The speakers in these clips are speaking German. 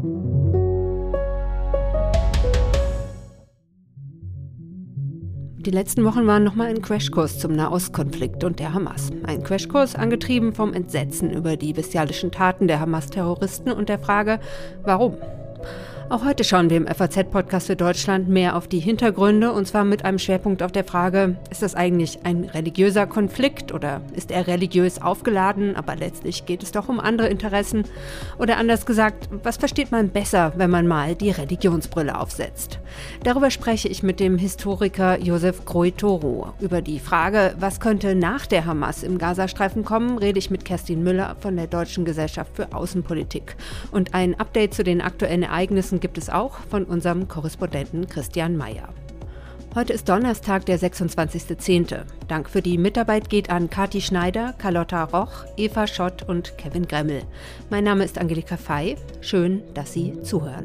Die letzten Wochen waren nochmal ein Crashkurs zum Nahostkonflikt und der Hamas. Ein Crashkurs angetrieben vom Entsetzen über die bestialischen Taten der Hamas-Terroristen und der Frage, warum? Auch heute schauen wir im FAZ-Podcast für Deutschland mehr auf die Hintergründe, und zwar mit einem Schwerpunkt auf der Frage, ist das eigentlich ein religiöser Konflikt oder ist er religiös aufgeladen, aber letztlich geht es doch um andere Interessen? Oder anders gesagt, was versteht man besser, wenn man mal die Religionsbrille aufsetzt? Darüber spreche ich mit dem Historiker Josef Groy-Toro. Über die Frage, was könnte nach der Hamas im Gazastreifen kommen, rede ich mit Kerstin Müller von der Deutschen Gesellschaft für Außenpolitik. Und ein Update zu den aktuellen Ereignissen gibt es auch von unserem Korrespondenten Christian Mayer. Heute ist Donnerstag, der 26.10. Dank für die Mitarbeit geht an Kathi Schneider, Carlotta Roch, Eva Schott und Kevin Gremmel. Mein Name ist Angelika Fey. Schön, dass Sie zuhören.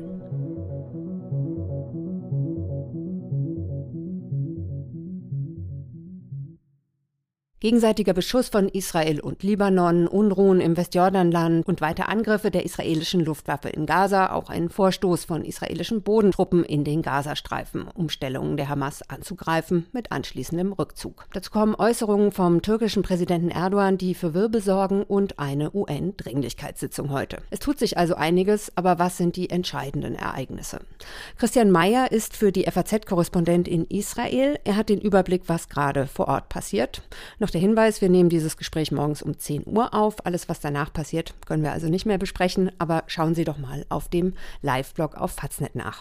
Gegenseitiger Beschuss von Israel und Libanon, Unruhen im Westjordanland und weitere Angriffe der israelischen Luftwaffe in Gaza, auch ein Vorstoß von israelischen Bodentruppen in den Gazastreifen, Umstellungen der Hamas anzugreifen mit anschließendem Rückzug. Dazu kommen Äußerungen vom türkischen Präsidenten Erdogan, die für Wirbel sorgen, und eine UN-Dringlichkeitssitzung heute. Es tut sich also einiges, aber was sind die entscheidenden Ereignisse? Christian Mayer ist für die FAZ-Korrespondent in Israel. Er hat den Überblick, was gerade vor Ort passiert. Noch der Hinweis, wir nehmen dieses Gespräch morgens um 10 Uhr auf. Alles, was danach passiert, können wir also nicht mehr besprechen. Aber schauen Sie doch mal auf dem Live-Blog auf Faznet nach.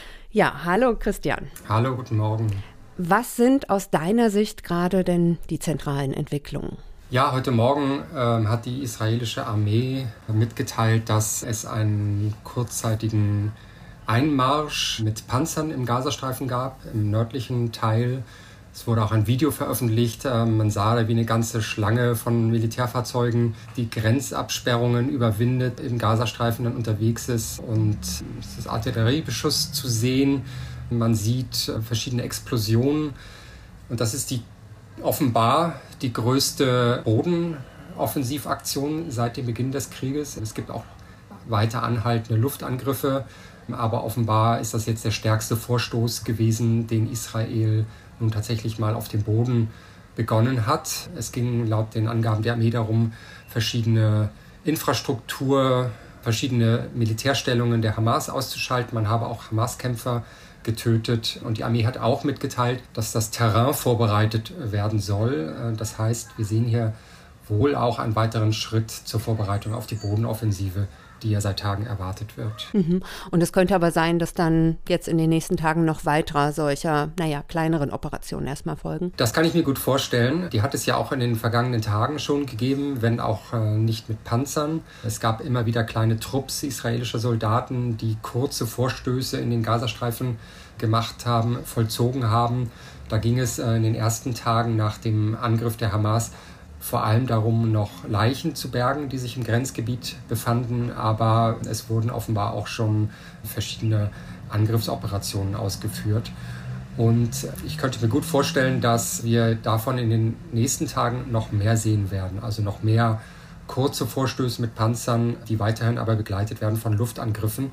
Ja, hallo Christian. Hallo, guten Morgen. Was sind aus deiner Sicht gerade denn die zentralen Entwicklungen? Ja, heute Morgen hat die israelische Armee mitgeteilt, dass es einen kurzzeitigen Einmarsch mit Panzern im Gazastreifen gab, im nördlichen Teil. Es wurde auch ein Video veröffentlicht. Man sah da, wie eine ganze Schlange von Militärfahrzeugen die Grenzabsperrungen überwindet, im Gazastreifen dann unterwegs ist. Und es ist Artilleriebeschuss zu sehen. Man sieht verschiedene Explosionen. Und das ist offenbar die größte Bodenoffensivaktion seit dem Beginn des Krieges. Es gibt auch weiter anhaltende Luftangriffe. Aber offenbar ist das jetzt der stärkste Vorstoß gewesen, den Israel nun tatsächlich mal auf dem Boden begonnen hat. Es ging laut den Angaben der Armee darum, verschiedene Infrastruktur, verschiedene Militärstellungen der Hamas auszuschalten. Man habe auch Hamas-Kämpfer getötet. Und die Armee hat auch mitgeteilt, dass das Terrain vorbereitet werden soll. Das heißt, wir sehen hier wohl auch einen weiteren Schritt zur Vorbereitung auf die Bodenoffensive, die ja seit Tagen erwartet wird. Und es könnte aber sein, dass dann jetzt in den nächsten Tagen noch weiterer solcher, kleineren Operationen erstmal folgen. Das kann ich mir gut vorstellen. Die hat es ja auch in den vergangenen Tagen schon gegeben, wenn auch nicht mit Panzern. Es gab immer wieder kleine Trupps israelischer Soldaten, die kurze Vorstöße in den Gazastreifen gemacht haben, vollzogen haben. Da ging es in den ersten Tagen nach dem Angriff der Hamas vor allem darum, noch Leichen zu bergen, die sich im Grenzgebiet befanden, aber es wurden offenbar auch schon verschiedene Angriffsoperationen ausgeführt. Und ich könnte mir gut vorstellen, dass wir davon in den nächsten Tagen noch mehr sehen werden, also noch mehr kurze Vorstöße mit Panzern, die weiterhin aber begleitet werden von Luftangriffen,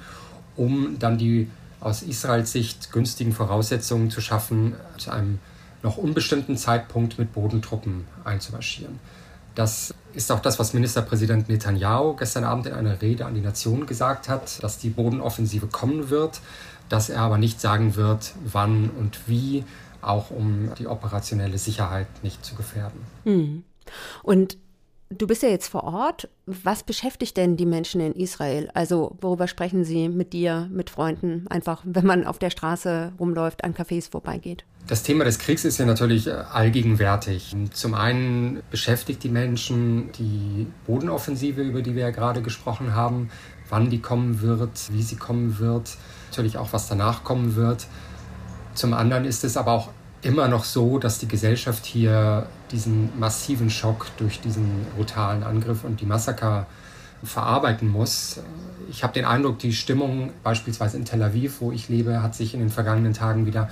um dann die aus Israels Sicht günstigen Voraussetzungen zu schaffen, zu einem noch unbestimmten Zeitpunkt mit Bodentruppen einzumarschieren. Das ist auch das, was Ministerpräsident Netanyahu gestern Abend in einer Rede an die Nation gesagt hat, dass die Bodenoffensive kommen wird, dass er aber nicht sagen wird, wann und wie, auch um die operationelle Sicherheit nicht zu gefährden. Und du bist ja jetzt vor Ort. Was beschäftigt denn die Menschen in Israel? Also worüber sprechen sie mit dir, mit Freunden, einfach wenn man auf der Straße rumläuft, an Cafés vorbeigeht? Das Thema des Kriegs ist ja natürlich allgegenwärtig. Zum einen beschäftigt die Menschen die Bodenoffensive, über die wir ja gerade gesprochen haben, wann die kommen wird, wie sie kommen wird, natürlich auch, was danach kommen wird. Zum anderen ist es aber auch immer noch so, dass die Gesellschaft hier diesen massiven Schock durch diesen brutalen Angriff und die Massaker verarbeiten muss. Ich habe den Eindruck, die Stimmung beispielsweise in Tel Aviv, wo ich lebe, hat sich in den vergangenen Tagen wieder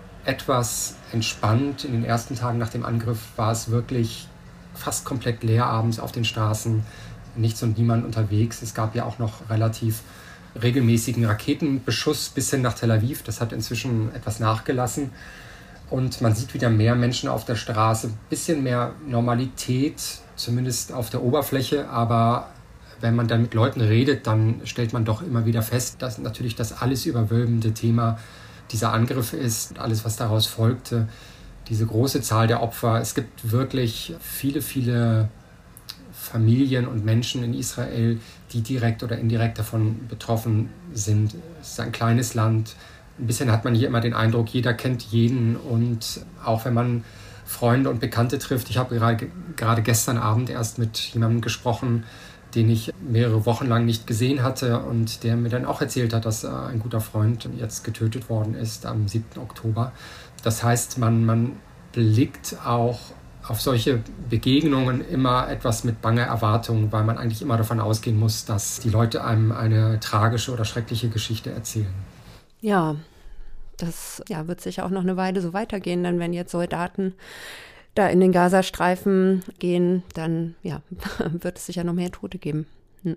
etwas entspannt. In den ersten Tagen nach dem Angriff war es wirklich fast komplett leer abends auf den Straßen, nichts und niemand unterwegs. Es gab ja auch noch relativ regelmäßigen Raketenbeschuss bis hin nach Tel Aviv. Das hat inzwischen etwas nachgelassen. Und man sieht wieder mehr Menschen auf der Straße, ein bisschen mehr Normalität, zumindest auf der Oberfläche. Aber wenn man dann mit Leuten redet, dann stellt man doch immer wieder fest, dass natürlich das alles überwölbende Thema dieser Angriff ist, alles, was daraus folgte, diese große Zahl der Opfer. Es gibt wirklich viele, viele Familien und Menschen in Israel, die direkt oder indirekt davon betroffen sind. Es ist ein kleines Land. Ein bisschen hat man hier immer den Eindruck, jeder kennt jeden. Und auch wenn man Freunde und Bekannte trifft, ich habe gerade gestern Abend erst mit jemandem gesprochen, den ich mehrere Wochen lang nicht gesehen hatte und der mir dann auch erzählt hat, dass ein guter Freund jetzt getötet worden ist am 7. Oktober. Das heißt, man blickt auch auf solche Begegnungen immer etwas mit banger Erwartung, weil man eigentlich immer davon ausgehen muss, dass die Leute einem eine tragische oder schreckliche Geschichte erzählen. Ja, das wird sicher auch noch eine Weile so weitergehen, denn wenn jetzt Soldaten da in den Gazastreifen gehen, dann wird es sicher noch mehr Tote geben.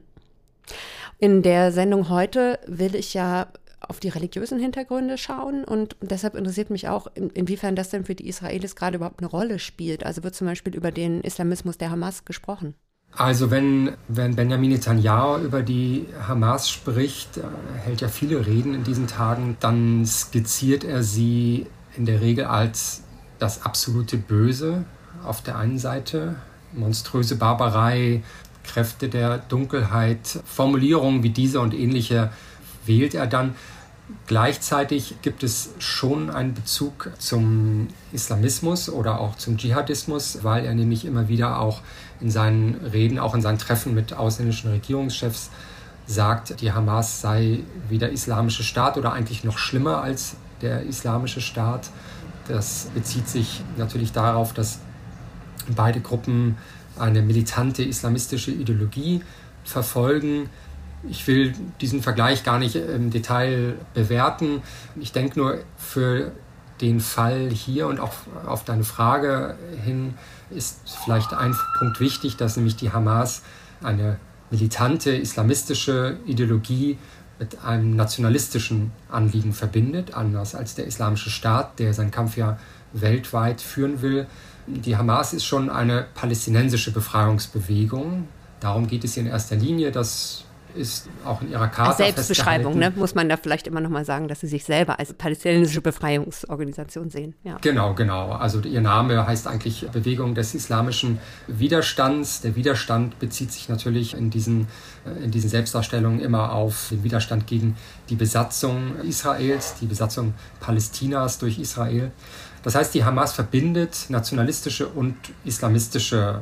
In der Sendung heute will ich ja auf die religiösen Hintergründe schauen und deshalb interessiert mich auch, inwiefern das denn für die Israelis gerade überhaupt eine Rolle spielt. Also wird zum Beispiel über den Islamismus der Hamas gesprochen? Also wenn Benjamin Netanyahu über die Hamas spricht, hält ja viele Reden in diesen Tagen, dann skizziert er sie in der Regel als das absolute Böse auf der einen Seite, monströse Barbarei, Kräfte der Dunkelheit, Formulierungen wie diese und ähnliche wählt er dann. Gleichzeitig gibt es schon einen Bezug zum Islamismus oder auch zum Dschihadismus, weil er nämlich immer wieder auch in seinen Reden, auch in seinen Treffen mit ausländischen Regierungschefs sagt, die Hamas sei wie der islamische Staat oder eigentlich noch schlimmer als der islamische Staat. Das bezieht sich natürlich darauf, dass beide Gruppen eine militante islamistische Ideologie verfolgen. Ich will diesen Vergleich gar nicht im Detail bewerten. Ich denke nur, für den Fall hier und auch auf deine Frage hin ist vielleicht ein Punkt wichtig, dass nämlich die Hamas eine militante islamistische Ideologie mit einem nationalistischen Anliegen verbindet, anders als der islamische Staat, der seinen Kampf ja weltweit führen will. Die Hamas ist schon eine palästinensische Befreiungsbewegung. Darum geht es hier in erster Linie. Das ist auch in ihrer Charta Selbstbeschreibung, ne? Muss man da vielleicht immer noch mal sagen, dass sie sich selber als palästinensische Befreiungsorganisation sehen. Ja. Genau. Also ihr Name heißt eigentlich Bewegung des islamischen Widerstands. Der Widerstand bezieht sich natürlich in diesen Selbstdarstellungen immer auf den Widerstand gegen die Besatzung Israels, die Besatzung Palästinas durch Israel. Das heißt, die Hamas verbindet nationalistische und islamistische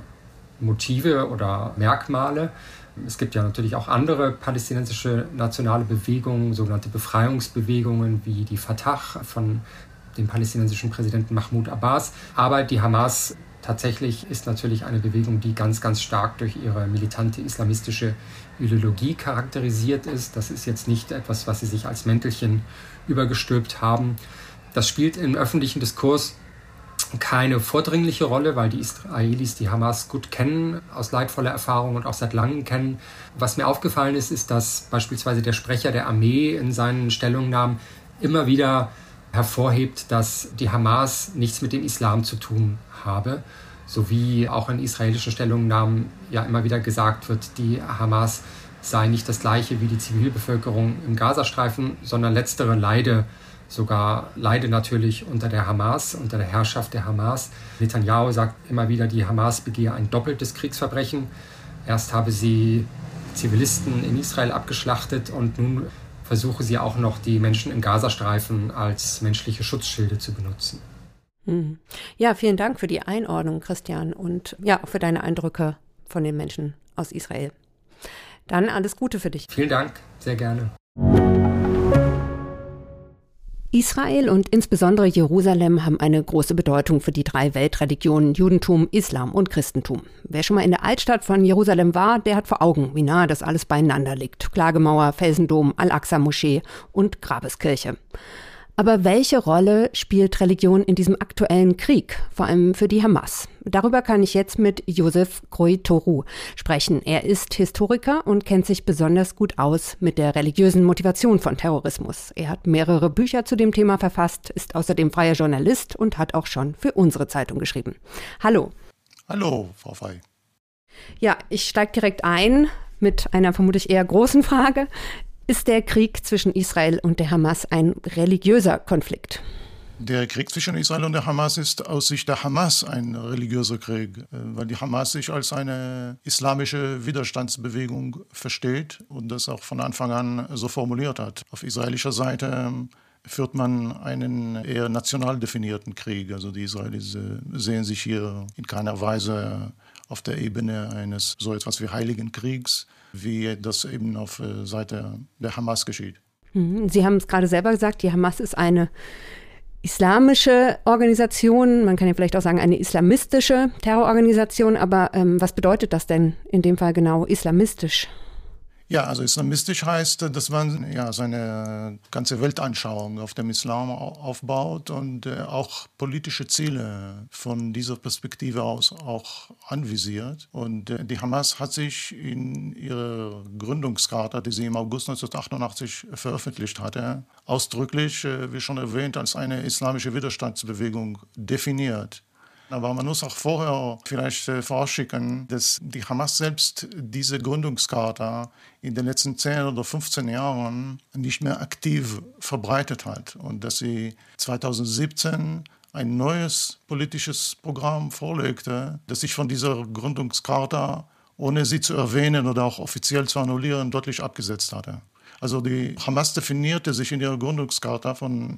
Motive oder Merkmale. Es gibt ja natürlich auch andere palästinensische nationale Bewegungen, sogenannte Befreiungsbewegungen wie die Fatah von dem palästinensischen Präsidenten Mahmoud Abbas. Aber die Hamas tatsächlich ist natürlich eine Bewegung, die ganz, ganz stark durch ihre militante islamistische Ideologie charakterisiert ist. Das ist jetzt nicht etwas, was sie sich als Mäntelchen übergestülpt haben. Das spielt im öffentlichen Diskurs keine vordringliche Rolle, weil die Israelis die Hamas gut kennen, aus leidvoller Erfahrung und auch seit langem kennen. Was mir aufgefallen ist, ist, dass beispielsweise der Sprecher der Armee in seinen Stellungnahmen immer wieder hervorhebt, dass die Hamas nichts mit dem Islam zu tun habe, sowie auch in israelischen Stellungnahmen ja immer wieder gesagt wird, die Hamas sei nicht das Gleiche wie die Zivilbevölkerung im Gazastreifen, sondern letztere leide natürlich unter der Hamas, unter der Herrschaft der Hamas. Netanyahu sagt immer wieder, die Hamas begehe ein doppeltes Kriegsverbrechen. Erst habe sie Zivilisten in Israel abgeschlachtet und nun versuche sie auch noch, die Menschen im Gazastreifen als menschliche Schutzschilde zu benutzen. Ja, vielen Dank für die Einordnung, Christian, und ja, auch für deine Eindrücke von den Menschen aus Israel. Dann alles Gute für dich. Vielen Dank, sehr gerne. Israel und insbesondere Jerusalem haben eine große Bedeutung für die 3 Weltreligionen Judentum, Islam und Christentum. Wer schon mal in der Altstadt von Jerusalem war, der hat vor Augen, wie nah das alles beieinander liegt. Klagemauer, Felsendom, Al-Aqsa-Moschee und Grabeskirche. Aber welche Rolle spielt Religion in diesem aktuellen Krieg, vor allem für die Hamas? Darüber kann ich jetzt mit Joseph Kroitoru sprechen. Er ist Historiker und kennt sich besonders gut aus mit der religiösen Motivation von Terrorismus. Er hat mehrere Bücher zu dem Thema verfasst, ist außerdem freier Journalist und hat auch schon für unsere Zeitung geschrieben. Hallo. Hallo, Frau Fey. Ja, ich steige direkt ein mit einer vermutlich eher großen Frage. Ist der Krieg zwischen Israel und der Hamas ein religiöser Konflikt? Der Krieg zwischen Israel und der Hamas ist aus Sicht der Hamas ein religiöser Krieg, weil die Hamas sich als eine islamische Widerstandsbewegung versteht und das auch von Anfang an so formuliert hat. Auf israelischer Seite führt man einen eher national definierten Krieg. Also die Israelis sehen sich hier in keiner Weise auf der Ebene eines so etwas wie Heiligen Kriegs, wie das eben auf Seite der Hamas geschieht. Sie haben es gerade selber gesagt, die Hamas ist eine islamische Organisation, man kann ja vielleicht auch sagen eine islamistische Terrororganisation, aber was bedeutet das denn in dem Fall genau, islamistisch? Ja, also islamistisch heißt, dass man seine ganze Weltanschauung auf dem Islam aufbaut und auch politische Ziele von dieser Perspektive aus auch anvisiert. Und die Hamas hat sich in ihrer Gründungscharta, die sie im August 1988 veröffentlicht hatte, ausdrücklich, wie schon erwähnt, als eine islamische Widerstandsbewegung definiert. Aber man muss auch vorher vielleicht vorausschicken, dass die Hamas selbst diese Gründungscharta in den letzten 10 oder 15 Jahren nicht mehr aktiv verbreitet hat und dass sie 2017 ein neues politisches Programm vorlegte, das sich von dieser Gründungscharta, ohne sie zu erwähnen oder auch offiziell zu annullieren, deutlich abgesetzt hatte. Also die Hamas definierte sich in ihrer Gründungscharta von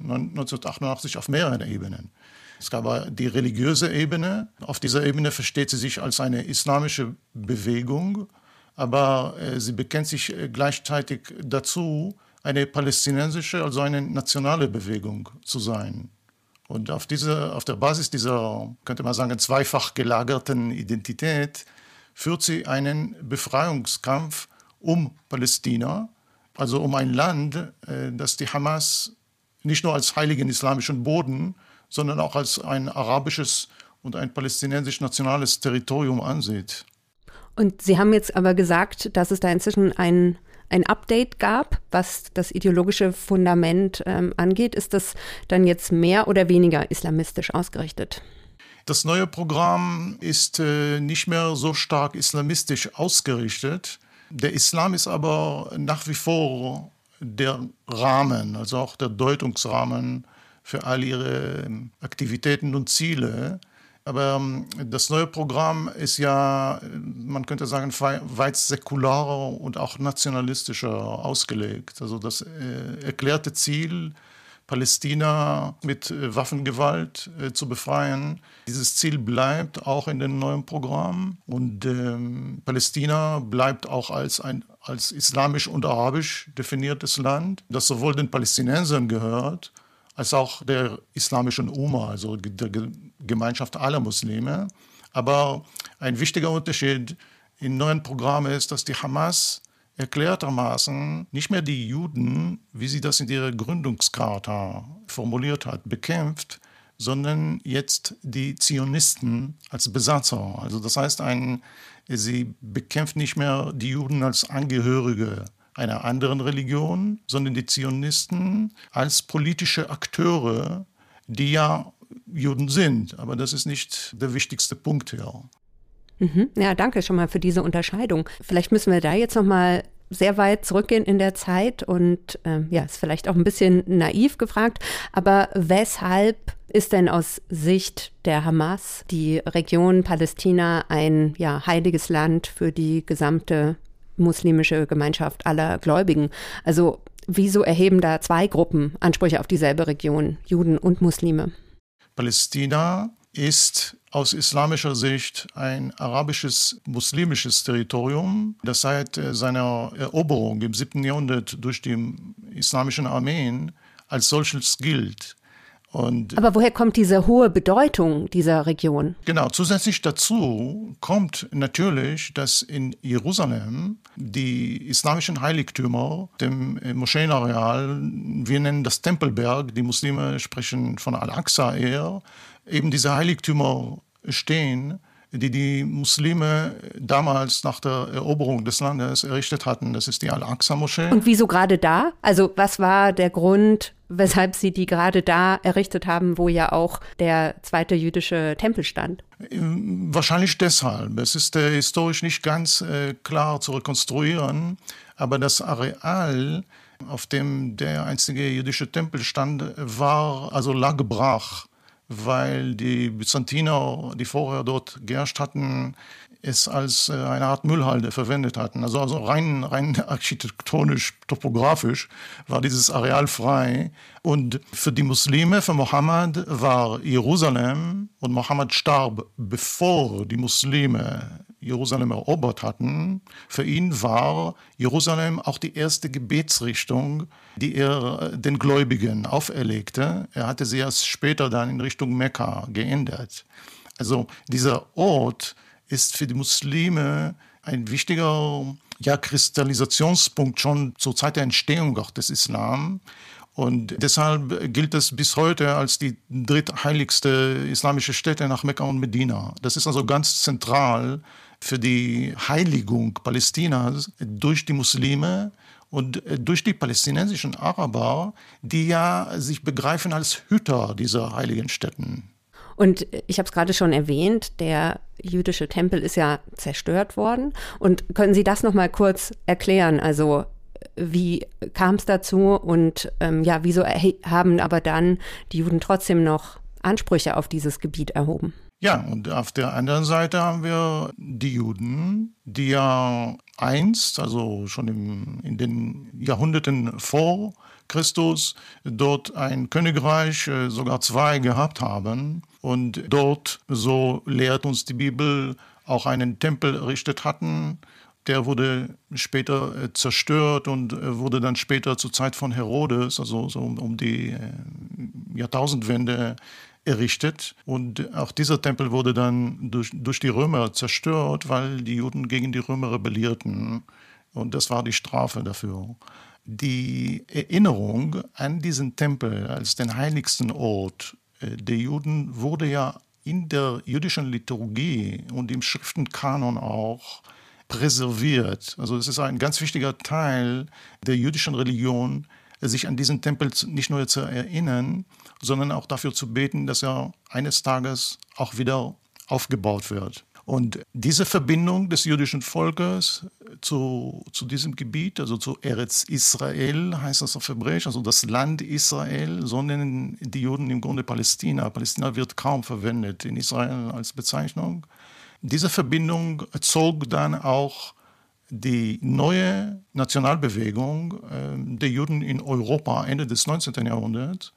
1988 auf mehreren Ebenen. Es gab die religiöse Ebene. Auf dieser Ebene versteht sie sich als eine islamische Bewegung, aber sie bekennt sich gleichzeitig dazu, eine palästinensische, also eine nationale Bewegung zu sein. Und auf der Basis dieser, könnte man sagen, zweifach gelagerten Identität führt sie einen Befreiungskampf um Palästina, also um ein Land, das die Hamas nicht nur als heiligen islamischen Boden, sondern auch als ein arabisches und ein palästinensisch-nationales Territorium ansieht. Und Sie haben jetzt aber gesagt, dass es da inzwischen ein Update gab, was das ideologische Fundament angeht. Ist das dann jetzt mehr oder weniger islamistisch ausgerichtet? Das neue Programm ist nicht mehr so stark islamistisch ausgerichtet. Der Islam ist aber nach wie vor der Rahmen, also auch der Deutungsrahmen für all ihre Aktivitäten und Ziele. Aber das neue Programm ist ja, man könnte sagen, weit säkularer und auch nationalistischer ausgelegt. Also das erklärte Ziel, Palästina mit Waffengewalt zu befreien, dieses Ziel bleibt auch in dem neuen Programm. Und Palästina bleibt auch als islamisch und arabisch definiertes Land, das sowohl den Palästinensern gehört, als auch der islamischen Umma, also der Gemeinschaft aller Muslime. Aber ein wichtiger Unterschied im neuen Programm ist, dass die Hamas erklärtermaßen nicht mehr die Juden, wie sie das in ihrer Gründungscharta formuliert hat, bekämpft, sondern jetzt die Zionisten als Besatzer. Also das heißt, sie bekämpft nicht mehr die Juden als Angehörige einer anderen Religion, sondern die Zionisten als politische Akteure, die ja Juden sind. Aber das ist nicht der wichtigste Punkt hier. Ja, danke schon mal für diese Unterscheidung. Vielleicht müssen wir da jetzt noch mal sehr weit zurückgehen in der Zeit und ist vielleicht auch ein bisschen naiv gefragt, aber weshalb ist denn aus Sicht der Hamas die Region Palästina ein heiliges Land für die gesamte muslimische Gemeinschaft aller Gläubigen? Also wieso erheben da zwei Gruppen Ansprüche auf dieselbe Region, Juden und Muslime? Palästina ist aus islamischer Sicht ein arabisches, muslimisches Territorium, das seit seiner Eroberung im 7. Jahrhundert durch die islamischen Armeen als solches gilt. Aber woher kommt diese hohe Bedeutung dieser Region? Genau, zusätzlich dazu kommt natürlich, dass in Jerusalem die islamischen Heiligtümer, dem Moscheenareal, wir nennen das Tempelberg, die Muslime sprechen von Al-Aqsa eher, eben diese Heiligtümer stehen, die Muslime damals nach der Eroberung des Landes errichtet hatten. Das ist die Al-Aqsa-Moschee. Und wieso gerade da? Also was war der Grund, weshalb sie die gerade da errichtet haben, wo ja auch der zweite jüdische Tempel stand? Wahrscheinlich deshalb. Es ist historisch nicht ganz klar zu rekonstruieren, aber das Areal, auf dem der einzige jüdische Tempel stand, lag brach, weil die Byzantiner, die vorher dort geherrscht hatten, es als eine Art Müllhalde verwendet hatten. Also rein architektonisch, topografisch war dieses Areal frei. Und für die Muslime, für Mohammed, war Jerusalem, und Mohammed starb, bevor die Muslime Jerusalem erobert hatten. Für ihn war Jerusalem auch die erste Gebetsrichtung, die er den Gläubigen auferlegte. Er hatte sie erst später dann in Richtung Mekka geändert. Also dieser Ort ist für die Muslime ein wichtiger Kristallisationspunkt schon zur Zeit der Entstehung auch des Islam. Und deshalb gilt es bis heute als die drittheiligste islamische Stätte nach Mekka und Medina. Das ist also ganz zentral für die Heiligung Palästinas durch die Muslime und durch die palästinensischen Araber, die ja sich begreifen als Hüter dieser heiligen Stätten. Und ich habe es gerade schon erwähnt, der jüdische Tempel ist ja zerstört worden. Und können Sie das noch mal kurz erklären? Also wie kam es dazu und wieso haben aber dann die Juden trotzdem noch Ansprüche auf dieses Gebiet erhoben? Ja, und auf der anderen Seite haben wir die Juden, die ja einst, also schon in den Jahrhunderten vor Christus, dort ein Königreich, sogar zwei gehabt haben und dort, so lehrt uns die Bibel, auch einen Tempel errichtet hatten. Der wurde später zerstört und wurde dann später zur Zeit von Herodes, also so um die Jahrtausendwende, errichtet. Und auch dieser Tempel wurde dann durch die Römer zerstört, weil die Juden gegen die Römer rebellierten. Und das war die Strafe dafür. Die Erinnerung an diesen Tempel als den heiligsten Ort der Juden wurde ja in der jüdischen Liturgie und im Schriftenkanon auch präserviert. Also es ist ein ganz wichtiger Teil der jüdischen Religion, sich an diesen Tempel nicht nur zu erinnern, sondern auch dafür zu beten, dass er eines Tages auch wieder aufgebaut wird. Und diese Verbindung des jüdischen Volkes zu diesem Gebiet, also zu Eretz Israel, heißt das auf Hebräisch, also das Land Israel, so nennen die Juden im Grunde Palästina. Palästina wird kaum verwendet in Israel als Bezeichnung. Diese Verbindung zog dann auch die neue Nationalbewegung der Juden in Europa Ende des 19. Jahrhunderts,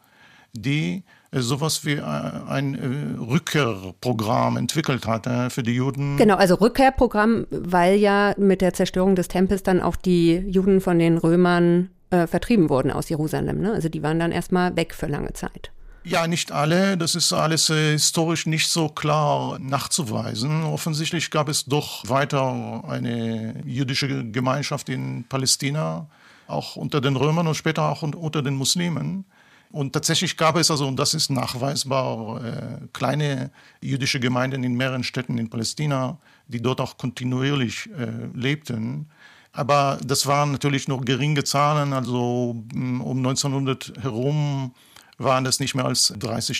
die sowas wie ein Rückkehrprogramm entwickelt hatte für die Juden. Genau, also Rückkehrprogramm, weil ja mit der Zerstörung des Tempels dann auch die Juden von den Römern vertrieben wurden aus Jerusalem. Ne? Also die waren dann erstmal weg für lange Zeit. Ja, nicht alle. Das ist alles historisch nicht so klar nachzuweisen. Offensichtlich gab es doch weiter eine jüdische Gemeinschaft in Palästina, auch unter den Römern und später auch unter den Muslimen. Und tatsächlich gab es, also, und das ist nachweisbar, kleine jüdische Gemeinden in mehreren Städten in Palästina, die dort auch kontinuierlich lebten. Aber das waren natürlich nur geringe Zahlen, also um 1900 herum waren das nicht mehr als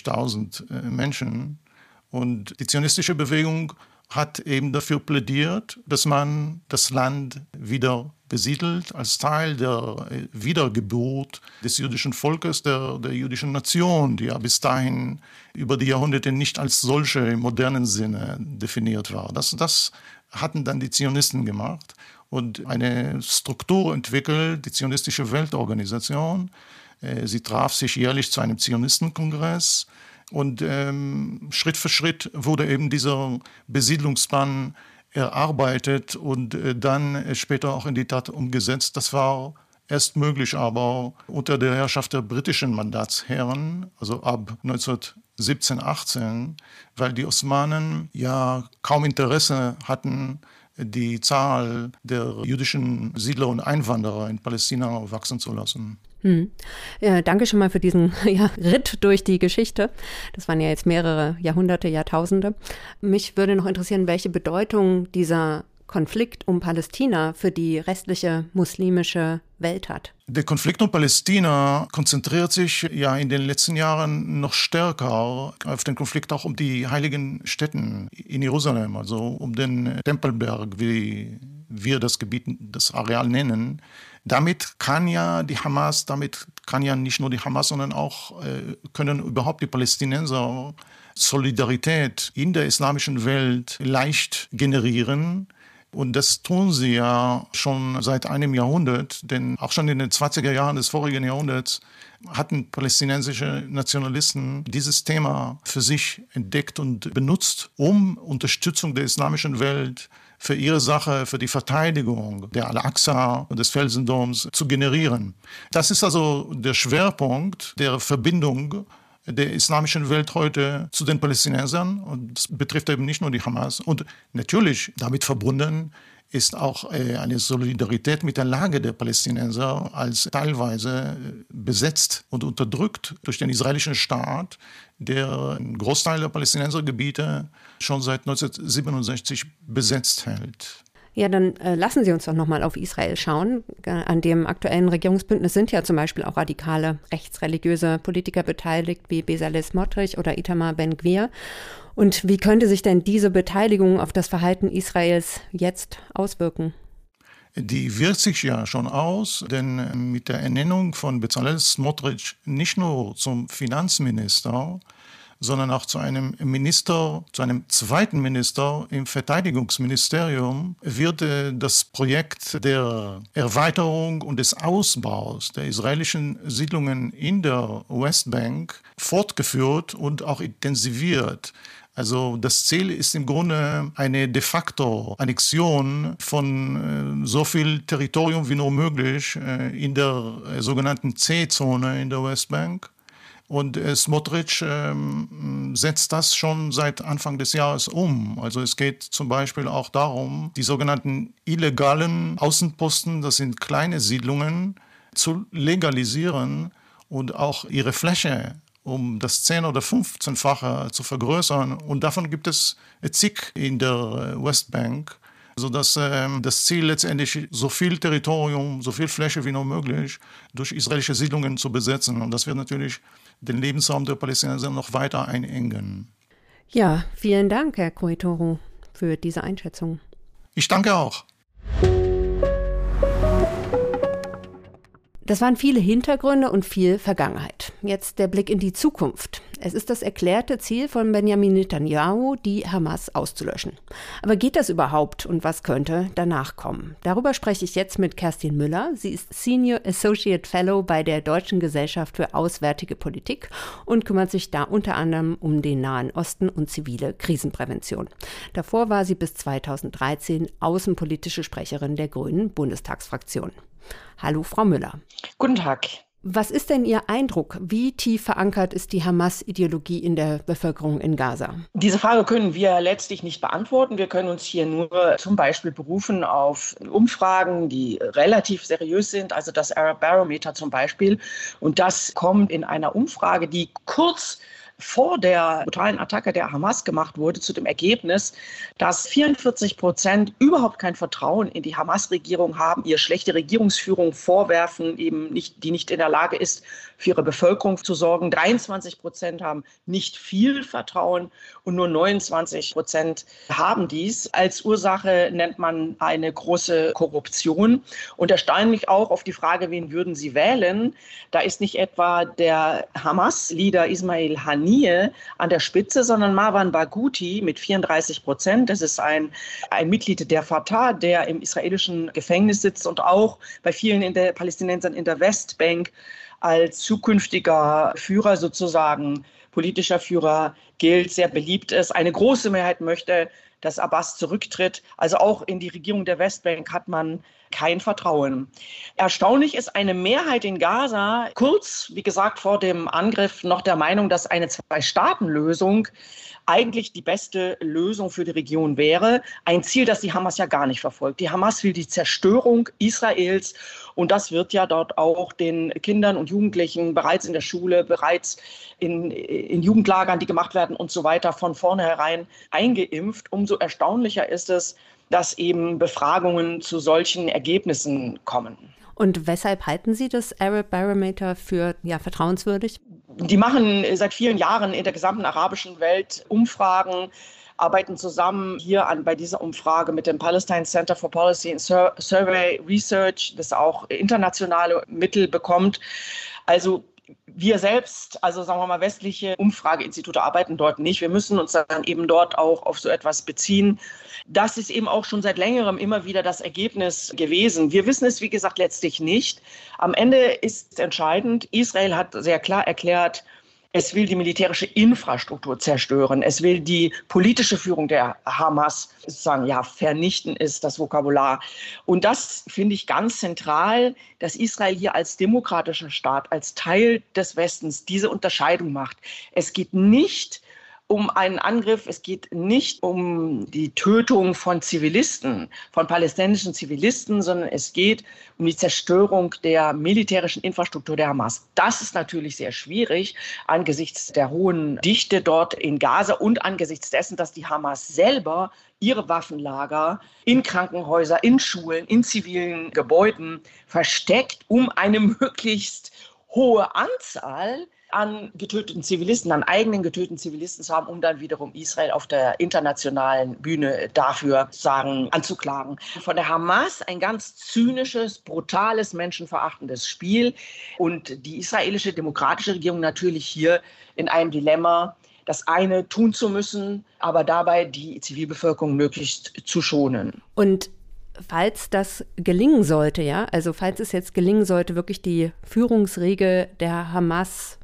30.000 Menschen. Und die zionistische Bewegung hat eben dafür plädiert, dass man das Land wieder besiedelt als Teil der Wiedergeburt des jüdischen Volkes, der jüdischen Nation, die ja bis dahin über die Jahrhunderte nicht als solche im modernen Sinne definiert war. Das hatten dann die Zionisten gemacht und eine Struktur entwickelt, die Zionistische Weltorganisation. Sie traf sich jährlich zu einem Zionistenkongress und Schritt für Schritt wurde eben dieser Besiedlungsplan erarbeitet und dann später auch in die Tat umgesetzt. Das war erst möglich aber unter der Herrschaft der britischen Mandatsherren, also ab 1917, 18, weil die Osmanen ja kaum Interesse hatten, die Zahl der jüdischen Siedler und Einwanderer in Palästina wachsen zu lassen. Ja, danke schon mal für diesen Ritt durch die Geschichte. Das waren ja jetzt mehrere Jahrhunderte, Jahrtausende. Mich würde noch interessieren, welche Bedeutung dieser Konflikt um Palästina für die restliche muslimische Welt hat. Der Konflikt um Palästina konzentriert sich ja in den letzten Jahren noch stärker auf den Konflikt auch um die heiligen Stätten in Jerusalem, also um den Tempelberg, wie wir das Gebiet, das Areal nennen. Damit kann ja nicht nur die Hamas, sondern auch können überhaupt die Palästinenser Solidarität in der islamischen Welt leicht generieren. Und das tun sie ja schon seit einem Jahrhundert, denn auch schon in den 20er Jahren des vorigen Jahrhunderts hatten palästinensische Nationalisten dieses Thema für sich entdeckt und benutzt, um Unterstützung der islamischen Welt für ihre Sache, für die Verteidigung der Al-Aqsa und des Felsendoms zu generieren. Das ist also der Schwerpunkt der Verbindung der islamischen Welt heute zu den Palästinensern. Und das betrifft eben nicht nur die Hamas. Und natürlich damit verbunden ist auch eine Solidarität mit der Lage der Palästinenser als teilweise besetzt und unterdrückt durch den israelischen Staat, der einen Großteil der Palästinensergebiete schon seit 1967 besetzt hält. Ja, dann lassen Sie uns doch nochmal auf Israel schauen. An dem aktuellen Regierungsbündnis sind ja zum Beispiel auch radikale rechtsreligiöse Politiker beteiligt, wie Bezalel Smotrich oder Itamar Ben-Gvir. Und wie könnte sich denn diese Beteiligung auf das Verhalten Israels jetzt auswirken? Die wirkt sich ja schon aus, denn mit der Ernennung von Bezalel Smotrich nicht nur zum Finanzminister, sondern auch zu einem zweiten Minister im Verteidigungsministerium wird das Projekt der Erweiterung und des Ausbaus der israelischen Siedlungen in der Westbank fortgeführt und auch intensiviert. Also das Ziel ist im Grunde eine de facto Annexion von so viel Territorium wie nur möglich in der sogenannten C-Zone in der Westbank. Und Smotrich setzt das schon seit Anfang des Jahres um. Also es geht zum Beispiel auch darum, die sogenannten illegalen Außenposten, das sind kleine Siedlungen, zu legalisieren und auch ihre Fläche um das 10- oder 15-fache zu vergrößern. Und davon gibt es zig in der Westbank, sodass das Ziel letztendlich so viel Territorium, so viel Fläche wie nur möglich durch israelische Siedlungen zu besetzen. Und das wird natürlich den Lebensraum der Palästinenser noch weiter einengen. Ja, vielen Dank, Herr Koitoro, für diese Einschätzung. Ich danke auch. Das waren viele Hintergründe und viel Vergangenheit. Jetzt der Blick in die Zukunft. Es ist das erklärte Ziel von Benjamin Netanyahu, die Hamas auszulöschen. Aber geht das überhaupt und was könnte danach kommen? Darüber spreche ich jetzt mit Kerstin Müller. Sie ist Senior Associate Fellow bei der Deutschen Gesellschaft für Auswärtige Politik und kümmert sich da unter anderem um den Nahen Osten und zivile Krisenprävention. Davor war sie bis 2013 außenpolitische Sprecherin der Grünen Bundestagsfraktion. Hallo, Frau Müller. Guten Tag. Was ist denn Ihr Eindruck? Wie tief verankert ist die Hamas-Ideologie in der Bevölkerung in Gaza? Diese Frage können wir letztlich nicht beantworten. Wir können uns hier nur zum Beispiel berufen auf Umfragen, die relativ seriös sind, also das Arab Barometer zum Beispiel. Und das kommt in einer Umfrage, die kurz vor der brutalen Attacke der Hamas gemacht wurde, zu dem Ergebnis, dass 44% überhaupt kein Vertrauen in die Hamas-Regierung haben, ihr schlechte Regierungsführung vorwerfen, die nicht in der Lage ist, für ihre Bevölkerung zu sorgen. 23% haben nicht viel Vertrauen und nur 29% haben dies. Als Ursache nennt man eine große Korruption. Und erstaunlich auch auf die Frage, wen würden Sie wählen? Da ist nicht etwa der Hamas-Leader Ismail Haniyeh an der Spitze, sondern Marwan Barghouti mit 34%. Das ist ein Mitglied der Fatah, der im israelischen Gefängnis sitzt und auch bei vielen Palästinensern in der Westbank als zukünftiger Führer sozusagen, politischer Führer gilt, sehr beliebt ist. Eine große Mehrheit möchte, dass Abbas zurücktritt. Also auch in die Regierung der Westbank hat man kein Vertrauen. Erstaunlich ist, eine Mehrheit in Gaza, kurz, wie gesagt, vor dem Angriff noch der Meinung, dass eine Zwei-Staaten-Lösung eigentlich die beste Lösung für die Region wäre. Ein Ziel, das die Hamas ja gar nicht verfolgt. Die Hamas will die Zerstörung Israels und das wird ja dort auch den Kindern und Jugendlichen bereits in der Schule, bereits in Jugendlagern, die gemacht werden und so weiter, von vornherein eingeimpft. Umso erstaunlicher ist es, dass eben Befragungen zu solchen Ergebnissen kommen. Und weshalb halten Sie das Arab Barometer für vertrauenswürdig? Die machen seit vielen Jahren in der gesamten arabischen Welt Umfragen, arbeiten zusammen hier bei dieser Umfrage mit dem Palestine Center for Policy and Survey Research, das auch internationale Mittel bekommt. Also wir selbst, also sagen wir mal westliche Umfrageinstitute, arbeiten dort nicht. Wir müssen uns dann eben dort auch auf so etwas beziehen. Das ist eben auch schon seit längerem immer wieder das Ergebnis gewesen. Wir wissen es, wie gesagt, letztlich nicht. Am Ende ist entscheidend, Israel hat sehr klar erklärt, es will die militärische Infrastruktur zerstören. Es will die politische Führung der Hamas sozusagen vernichten, ist das Vokabular. Und das finde ich ganz zentral, dass Israel hier als demokratischer Staat, als Teil des Westens diese Unterscheidung macht. Es geht nicht um einen Angriff, es geht nicht um die Tötung von Zivilisten, von palästinensischen Zivilisten, sondern es geht um die Zerstörung der militärischen Infrastruktur der Hamas. Das ist natürlich sehr schwierig angesichts der hohen Dichte dort in Gaza und angesichts dessen, dass die Hamas selber ihre Waffenlager in Krankenhäuser, in Schulen, in zivilen Gebäuden versteckt, um eine möglichst hohe Anzahl an getöteten Zivilisten, an eigenen getöteten Zivilisten zu haben, um dann wiederum Israel auf der internationalen Bühne dafür anzuklagen. Von der Hamas ein ganz zynisches, brutales, menschenverachtendes Spiel und die israelische demokratische Regierung natürlich hier in einem Dilemma, das eine tun zu müssen, aber dabei die Zivilbevölkerung möglichst zu schonen. Und falls das gelingen sollte, also falls es jetzt gelingen sollte, wirklich die Führungsriege der Hamas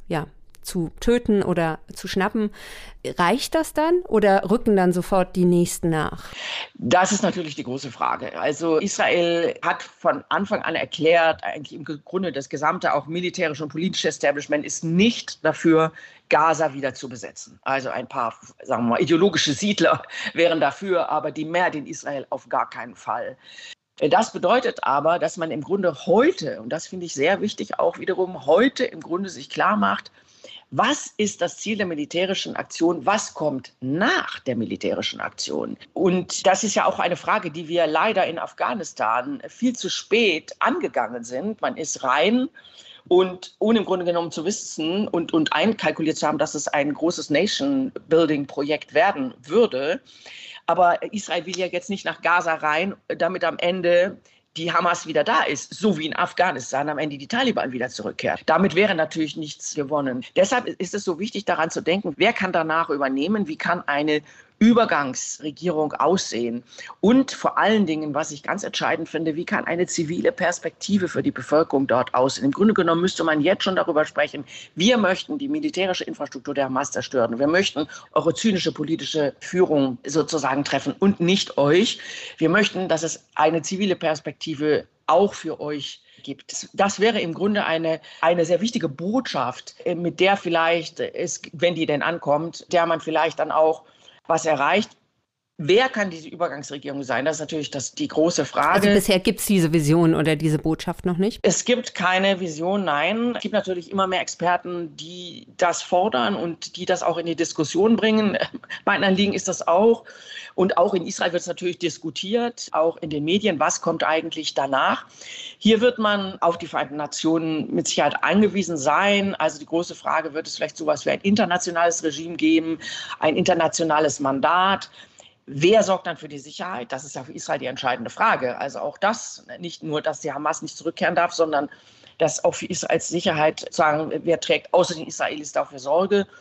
zu töten oder zu schnappen, reicht das dann oder rücken dann sofort die Nächsten nach? Das ist natürlich die große Frage. Also Israel hat von Anfang an erklärt, eigentlich im Grunde das gesamte auch militärische und politische Establishment ist nicht dafür, Gaza wieder zu besetzen. Also ein paar, sagen wir mal, ideologische Siedler wären dafür, aber die Mehrheit in Israel auf gar keinen Fall. Das bedeutet aber, dass man im Grunde heute, und das finde ich sehr wichtig, auch wiederum heute im Grunde sich klar macht, was ist das Ziel der militärischen Aktion? Was kommt nach der militärischen Aktion? Und das ist ja auch eine Frage, die wir leider in Afghanistan viel zu spät angegangen sind. Man ist rein und ohne im Grunde genommen zu wissen und einkalkuliert zu haben, dass es ein großes Nation-Building-Projekt werden würde. Aber Israel will ja jetzt nicht nach Gaza rein, damit am Ende die Hamas wieder da ist, so wie in Afghanistan am Ende die Taliban wieder zurückkehren. Damit wäre natürlich nichts gewonnen. Deshalb ist es so wichtig, daran zu denken, wer kann danach übernehmen, wie kann eine Übergangsregierung aussehen und vor allen Dingen, was ich ganz entscheidend finde, wie kann eine zivile Perspektive für die Bevölkerung dort aussehen. Im Grunde genommen müsste man jetzt schon darüber sprechen, wir möchten die militärische Infrastruktur der Hamas zerstören. Wir möchten eure zynische politische Führung sozusagen treffen und nicht euch. Wir möchten, dass es eine zivile Perspektive auch für euch gibt. Das wäre im Grunde eine sehr wichtige Botschaft, mit der vielleicht, wenn die denn ankommt, der man vielleicht dann auch was erreicht. Wer kann diese Übergangsregierung sein? Das ist natürlich die große Frage. Also bisher gibt es diese Vision oder diese Botschaft noch nicht? Es gibt keine Vision, nein. Es gibt natürlich immer mehr Experten, die das fordern und die das auch in die Diskussion bringen. Mein Anliegen ist das auch. Und auch in Israel wird es natürlich diskutiert, auch in den Medien, was kommt eigentlich danach. Hier wird man auf die Vereinten Nationen mit Sicherheit angewiesen sein. Also die große Frage, wird es vielleicht sowas wie ein internationales Regime geben, ein internationales Mandat? Wer sorgt dann für die Sicherheit? Das ist ja für Israel die entscheidende Frage. Also auch das, nicht nur, dass die Hamas nicht zurückkehren darf, sondern dass auch für Israels Sicherheit sagen, wer trägt außer den Israelis dafür Sorge.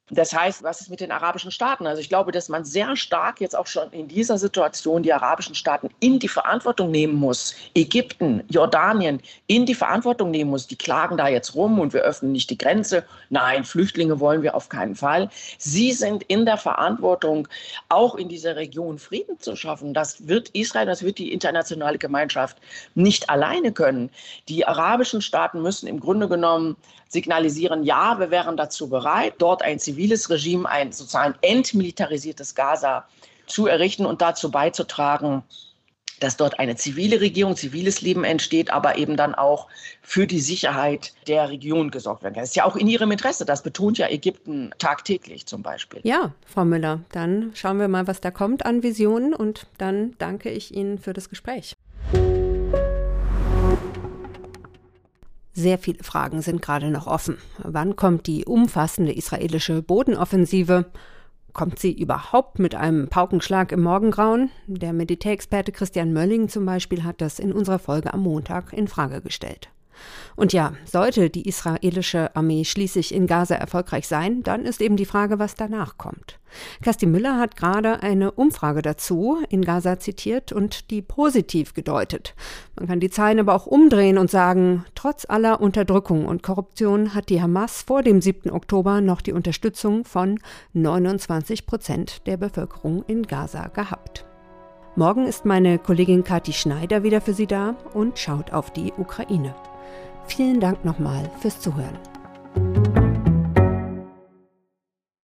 Das heißt, was ist mit den arabischen Staaten? Also ich glaube, dass man sehr stark jetzt auch schon in dieser Situation die arabischen Staaten in die Verantwortung nehmen muss. Ägypten, Jordanien in die Verantwortung nehmen muss. Die klagen da jetzt rum und wir öffnen nicht die Grenze. Nein, Flüchtlinge wollen wir auf keinen Fall. Sie sind in der Verantwortung, auch in dieser Region Frieden zu schaffen. Das wird Israel, das wird die internationale Gemeinschaft nicht alleine können. Die arabischen Staaten müssen im Grunde genommen signalisieren, ja, wir wären dazu bereit, dort ein ziviles Regime, ein sozusagen entmilitarisiertes Gaza zu errichten und dazu beizutragen, dass dort eine zivile Regierung, ziviles Leben entsteht, aber eben dann auch für die Sicherheit der Region gesorgt werden kann. Das ist ja auch in ihrem Interesse, das betont ja Ägypten tagtäglich zum Beispiel. Ja, Frau Müller, dann schauen wir mal, was da kommt an Visionen und dann danke ich Ihnen für das Gespräch. Sehr viele Fragen sind gerade noch offen. Wann kommt die umfassende israelische Bodenoffensive? Kommt sie überhaupt mit einem Paukenschlag im Morgengrauen? Der Militärexperte Christian Mölling zum Beispiel hat das in unserer Folge am Montag in Frage gestellt. Und ja, sollte die israelische Armee schließlich in Gaza erfolgreich sein, dann ist eben die Frage, was danach kommt. Kerstin Müller hat gerade eine Umfrage dazu in Gaza zitiert und die positiv gedeutet. Man kann die Zahlen aber auch umdrehen und sagen, trotz aller Unterdrückung und Korruption hat die Hamas vor dem 7. Oktober noch die Unterstützung von 29% der Bevölkerung in Gaza gehabt. Morgen ist meine Kollegin Kathi Schneider wieder für Sie da und schaut auf die Ukraine. Vielen Dank nochmal fürs Zuhören.